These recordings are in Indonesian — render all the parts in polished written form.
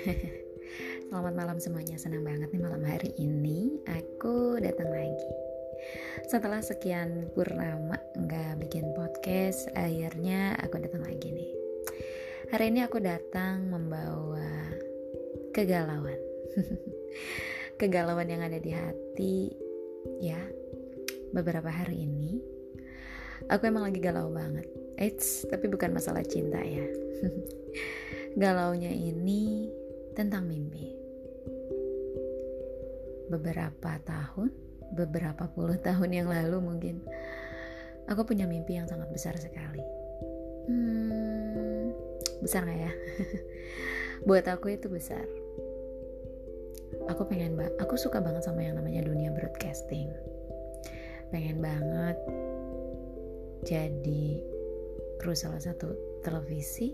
Selamat malam semuanya, senang banget nih malam hari ini aku datang lagi. Setelah sekian purnama nggak bikin podcast, akhirnya aku datang lagi nih. Hari ini aku datang membawa kegalauan. Kegalauan yang ada di hati, ya. Beberapa hari ini aku emang lagi galau banget. Tapi bukan masalah cinta ya. Galaunya ini tentang mimpi. Beberapa puluh tahun yang lalu mungkin, aku punya mimpi yang sangat besar sekali. Besar gak ya? Buat aku itu besar. Aku suka banget sama yang namanya dunia broadcasting. Pengen banget jadi kru salah satu televisi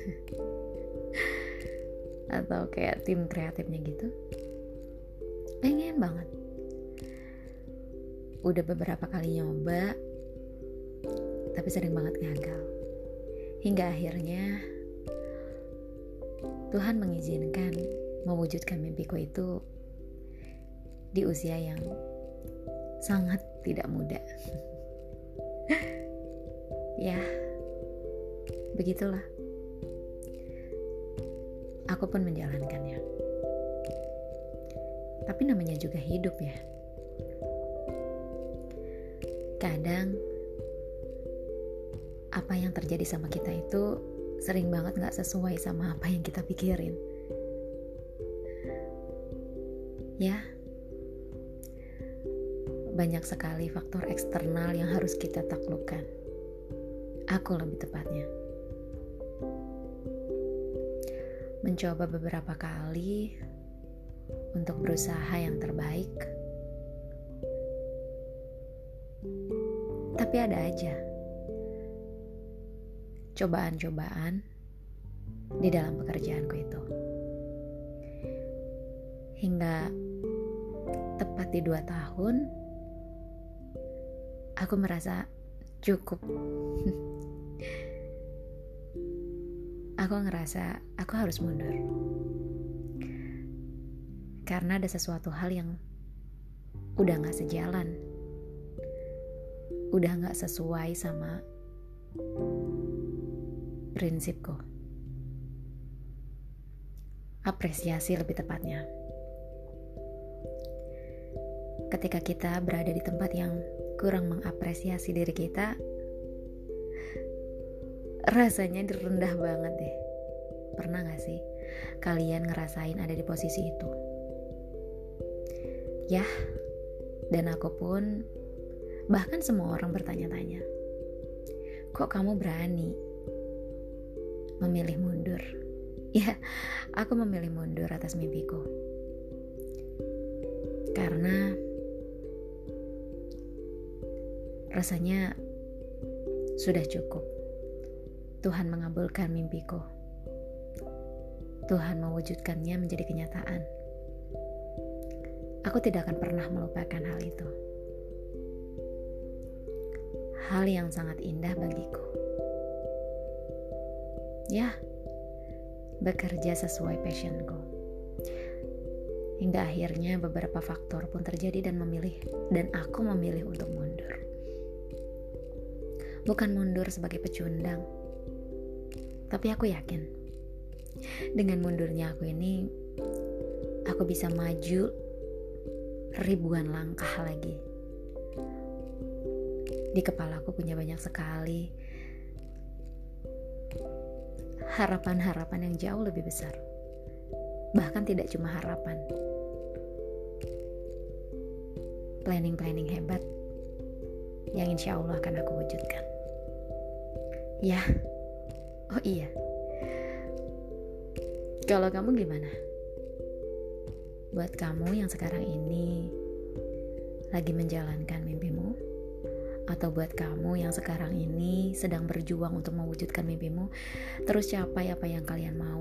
atau kayak tim kreatifnya gitu. Pengen banget. Udah beberapa kali nyoba, tapi sering banget gagal. Hingga akhirnya Tuhan mengizinkan mewujudkan mimpiku itu di usia yang sangat tidak muda. Ya, begitulah. Aku pun menjalankannya. Tapi namanya juga hidup ya. Kadang apa yang terjadi sama kita itu sering banget gak sesuai sama apa yang kita pikirin. Ya, banyak sekali faktor eksternal yang harus kita taklukkan. Aku lebih tepatnya. Mencoba beberapa kali untuk berusaha yang terbaik, tapi ada aja cobaan-cobaan di dalam pekerjaanku itu. Hingga tepat di 2 tahun, aku merasa cukup. Aku ngerasa aku harus mundur. Karena ada sesuatu hal yang udah gak sejalan. Udah gak sesuai sama prinsipku. Apresiasi lebih tepatnya. Ketika kita berada di tempat yang kurang mengapresiasi diri kita, rasanya rendah banget deh. Pernah gak sih kalian ngerasain ada di posisi itu? Ya, dan aku pun, bahkan semua orang bertanya-tanya, kok kamu berani memilih mundur? Ya, aku memilih mundur atas mimpiku. Karena rasanya sudah cukup. Tuhan mengabulkan mimpiku. Tuhan mewujudkannya menjadi kenyataan. Aku tidak akan pernah melupakan hal itu. Hal yang sangat indah bagiku. Ya, bekerja sesuai passionku. Hingga akhirnya beberapa faktor pun terjadi dan aku memilih untuk mundur. Bukan mundur sebagai pecundang, tapi aku yakin dengan mundurnya aku ini, aku bisa maju ribuan langkah lagi. Di kepalaku punya banyak sekali harapan-harapan yang jauh lebih besar. Bahkan tidak cuma harapan, planning-planning hebat yang insya Allah akan aku wujudkan. Ya, oh iya, kalau kamu gimana? Buat kamu yang sekarang ini lagi menjalankan mimpimu, atau buat kamu yang sekarang ini sedang berjuang untuk mewujudkan mimpimu, terus capai apa yang kalian mau.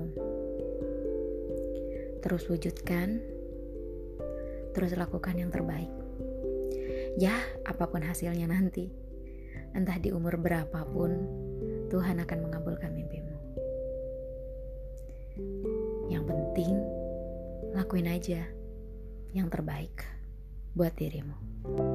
Terus wujudkan, terus lakukan yang terbaik. Ya, apapun hasilnya nanti, entah di umur berapapun, Tuhan akan mengabulkan mimpimu. Yang penting penting lakuin aja yang terbaik buat dirimu.